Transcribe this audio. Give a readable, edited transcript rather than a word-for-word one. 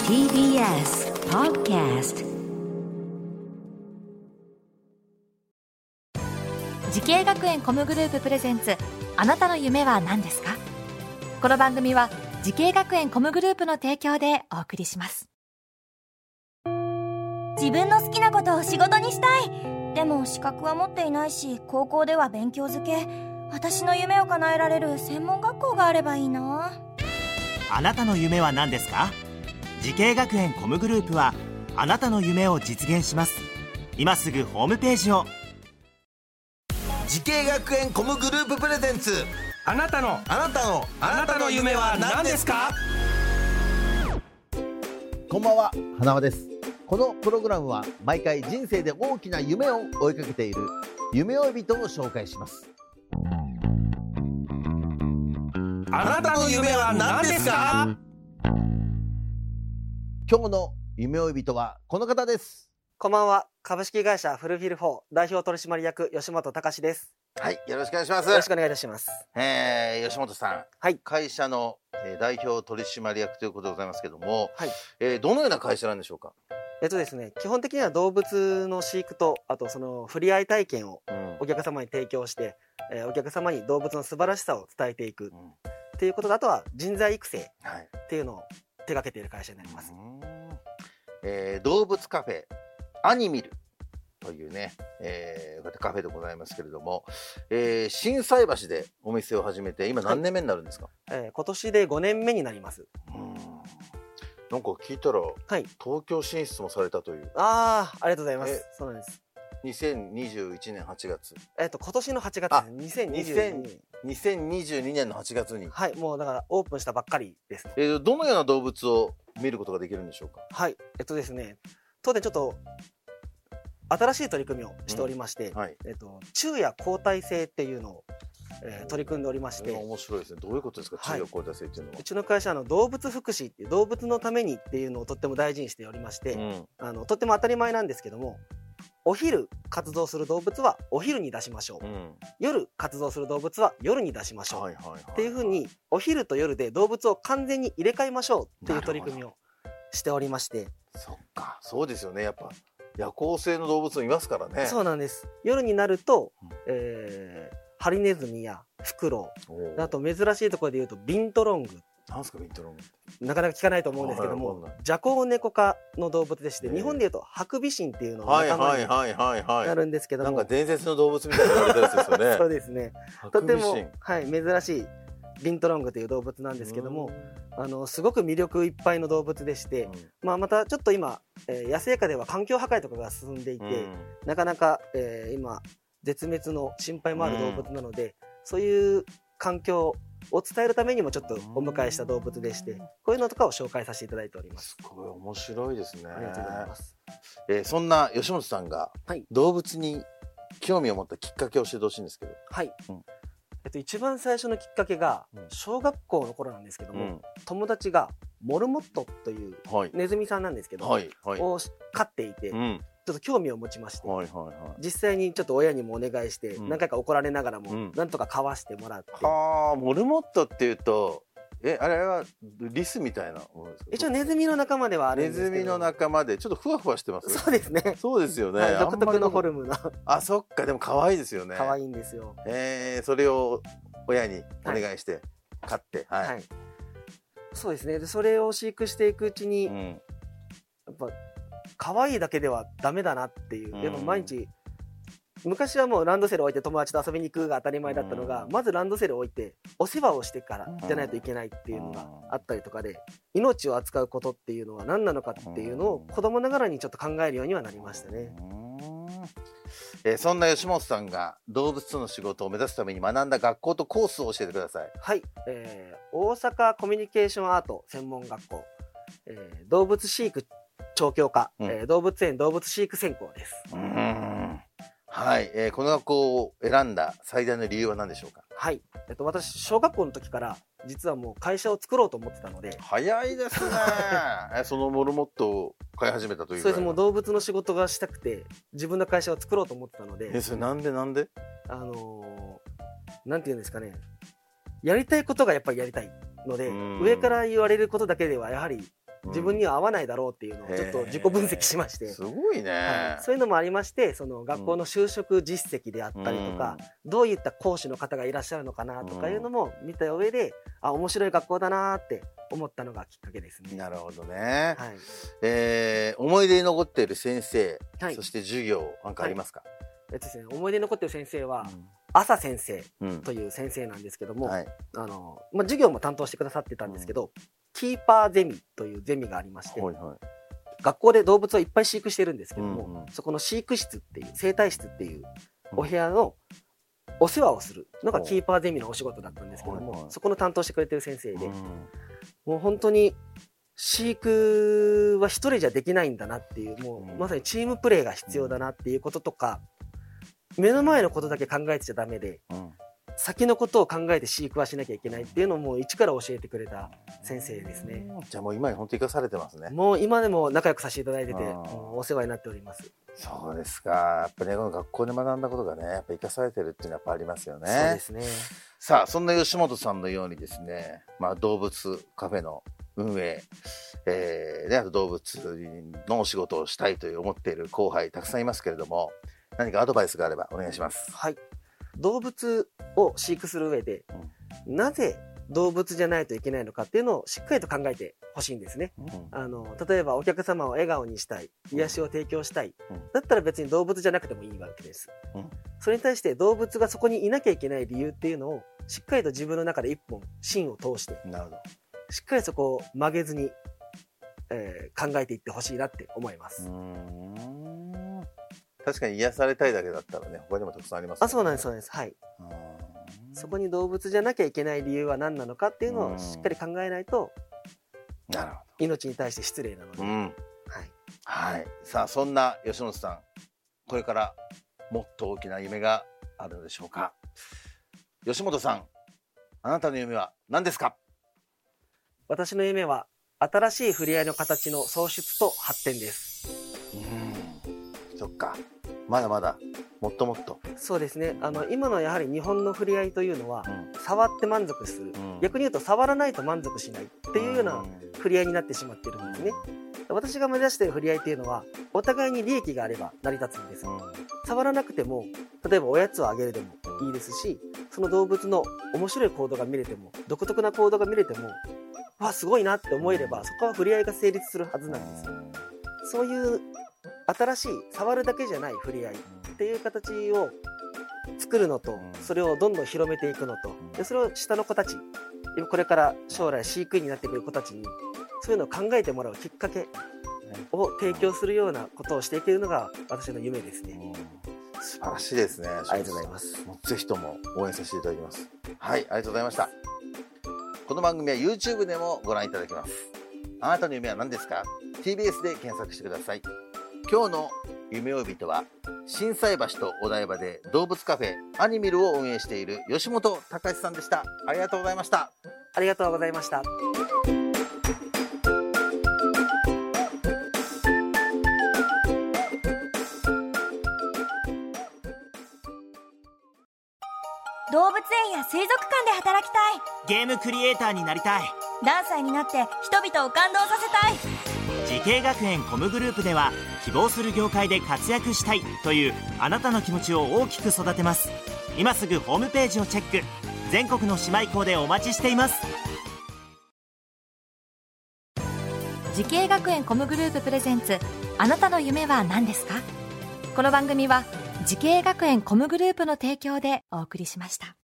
TBS Podcast。 時系学園コムグループプレゼンツ、あなたの夢は何ですか？この番組は時系学園コムグループの提供でお送りします。 自分の好きなことを仕事にしたい。でも資格は持っていないし、高校では勉強づけ。私の夢を叶えられる専門学校があればいいな。 あなたの夢は何ですか？時系学園コムグループはあなたの夢を実現します。今すぐホームページを。 時系学園コムグループプレゼンツ、 あなたの夢は何ですか？ こんばんは、花輪です。このプログラムは毎回人生で大きな夢を追いかけている夢追い人を紹介します。 あなたの夢は何ですか？ 今日の夢追い人はこの方です。 こんばんは。株式会社フルフィル4代表取締役吉本隆です。 はい、よろしくお願いします。 よろしくお願いいたします。 吉本さん、 はい、 会社の代表取締役ということでございますけども、 はい、 どのような会社なんでしょうか？ ですね、基本的には動物の飼育と、あとその触れ合い体験をお客様に提供して、お客様に動物の素晴らしさを伝えていくっていうことと、あとは人材育成っていうのを手掛けている会社になります。 動物カフェアニミルというね、カフェでございますけれども、心斎橋でお店を始めて今何年目になるんですか？ 今年で5年目になります。 なんか聞いたら、 はい、 東京進出もされたという。 ありがとうございます。そうなんです。 2021年8月。 今年の8月ですね。 2022年の8月に。 はい、もうだからオープンしたばっかりです。 どのような動物を見ることができるんでしょうか？ はい、ですね、当店ちょっと新しい取り組みをしておりまして、昼夜交代制っていうのを、取り組んでおりまして。 面白いですね。どういうことですか？昼夜交代制っていうのは。 うちの会社の動物福祉っていう動物のためにっていうのをとっても大事にしておりまして、とっても当たり前なんですけども、お昼活動する動物はお昼に出しましょう、夜活動する動物は夜に出しましょうっていうふうに、お昼と夜で動物を完全に入れ替えましょうっていう取り組みをしておりまして。 そっか、そうですよね。やっぱ夜行性の動物もいますからね。 そうなんです。夜になると、ハリネズミやフクロウ、あと珍しいところでいうとビントロング。 なんすかビントロング？ なかなか聞かないと思うんですけども、ジャコウネコ科の動物でして、日本でいうとハクビシンっていうのが仲間になるんですけども、 なんか伝説の動物みたいなやつですよね。 そうですね。とても、珍しいビントロングという動物なんですけども、すごく魅力いっぱいの動物でして、またちょっと今、野生下では環境破壊とかが進んでいて、なかなか、今絶滅の心配もある動物なので、そういう環境を伝えるためにもちょっとお迎えした動物でして、こういうのとかを紹介させていただいております。 すごい面白いですね。 ありがとうございます。 そんな吉本さんが動物に興味を持ったきっかけを教えてほしいんですけど。 はい、一番最初のきっかけが小学校の頃なんですけども、友達がモルモットというネズミさんなんですけど、を飼っていて、ちょっと興味を持ちまして、実際にちょっと親にもお願いして、何回か怒られながらもなんとか飼わしてもらって。 モルモットっていうと、あれはリスみたいなものですか？ 一応ネズミの仲間ではあるんですけど。 ネズミの仲間でちょっとふわふわしてます。 そうですね。 そうですよね。 独特のフォルムの。 そっか、でも可愛いですよね。 可愛いんですよ。 それを親にお願いして飼って、 そうですね。でそれを飼育していくうちに、やっぱ可愛いだけではダメだなっていう。でも毎日、昔はもうランドセル置いて友達と遊びに行くが当たり前だったのが、まずランドセル置いてお世話をしてからじゃないといけないっていうのがあったりとかで、命を扱うことっていうのは何なのかっていうのを子供ながらにちょっと考えるようにはなりましたね。 そんな吉本さんが動物との仕事を目指すために学んだ学校とコースを教えてください。 はい、大阪コミュニケーションアート専門学校、動物飼育調教科、動物園動物飼育専攻です。 はい、この学校を選んだ最大の理由は何でしょうか？ はい、私小学校の時から実はもう会社を作ろうと思ってたので。 早いですね。そのモルモットを飼い始めたという。 そうです。もう動物の仕事がしたくて自分の会社を作ろうと思ってたので。 それなんでなんていうんですかね、やりたいことがやっぱりやりたいので、上から言われることだけではやはり自分には合わないだろうっていうのをちょっと自己分析しまして、 すごいね、 はい、そういうのもありまして、その学校の就職実績であったりとか、どういった講師の方がいらっしゃるのかなとかいうのも見た上で、面白い学校だなって思ったのがきっかけですね。 なるほどね、 はい、 思い出に残っている先生、 はい、 そして授業なんかありますか？ ですね、思い出に残っている先生は、朝先生という先生なんですけども、はい、授業も担当してくださってたんですけど、キーパーゼミというゼミがありまして、はいはい、学校で動物をいっぱい飼育してるんですけども、そこの飼育室っていう生態室っていうお部屋のお世話をするのがキーパーゼミのお仕事だったんですけども、そこの担当してくれてる先生で、もう本当に飼育は一人じゃできないんだなっていう、もうまさにチームプレーが必要だなっていうこととか、目の前のことだけ考えてちゃダメで、先のことを考えて飼育はしなきゃいけないっていうのをもう一から教えてくれた先生ですね。 じゃあもう今に本当に生かされてますね。 もう今でも仲良くさせていただいてて、お世話になっております。 そうですか。やっぱりね、この学校で学んだことがね、やっぱ生かされてるっていうのはやっぱありますよね。 そうですね。 さあ、そんな吉本さんのようにですね、動物カフェの運営、あと動物のお仕事をしたいという思っている後輩たくさんいますけれども、何かアドバイスがあればお願いします。 はい。動物を飼育する上で、なぜ動物じゃないといけないのかっていうのをしっかりと考えてほしいんですね。例えばお客様を笑顔にしたい、癒しを提供したい、だったら別に動物じゃなくてもいいわけです。それに対して動物がそこにいなきゃいけない理由っていうのをしっかりと自分の中で一本芯を通して、しっかりそこを曲げずに、考えていってほしいなって思います。 確かに癒されたいだけだったらね、他にもたくさんありますね。 そうなんです、そうなんです。はい。そこに動物じゃなきゃいけない理由は何なのかっていうのをしっかり考えないと、 なるほど。 命に対して失礼なので。はい。 はい。さあ、そんな吉本さん、これからもっと大きな夢があるのでしょうか。吉本さん、あなたの夢は何ですか？ 私の夢は新しい触れ合いの形の創出と発展です。 そっか、まだまだもっともっと。 そうですね。今のやはり日本の触れ合いというのは、触って満足する、逆に言うと触らないと満足しないっていうような触れ合いになってしまってるんですね。私が目指している触れ合いっていうのは、お互いに利益があれば成り立つんです。触らなくても、例えばおやつをあげるでもいいですし、その動物の面白い行動が見れても、独特な行動が見れても、すごいなって思えれば、そこは触れ合いが成立するはずなんです。そういう新しい触るだけじゃない触れ合いっていう形を作るのと、それをどんどん広めていくのと、でそれを下の子たち、これから将来飼育員になってくる子たちにそういうのを考えてもらうきっかけを提供するようなことをしていけるのが私の夢ですね。 素晴らしいですね。 ありがとうございます。 ぜひとも応援させていただきます。はい、ありがとうございました。この番組は YouTube でもご覧いただけます。あなたの夢は何ですか？ TBS で検索してください。今日の夢追い人は心斎橋とお台場で動物カフェアニミルを運営している吉本隆さんでした。ありがとうございました。 ありがとうございました。 動物園や水族館で働きたい。 ゲームクリエイターになりたい。 何歳になって人々を感動させたい。 時系学園コムグループでは希望する業界で活躍したいというあなたの気持ちを大きく育てます。今すぐホームページをチェック。全国の姉妹校でお待ちしています。 時系学園コムグループプレゼンツ、あなたの夢は何ですか？この番組は時系学園コムグループの提供でお送りしました。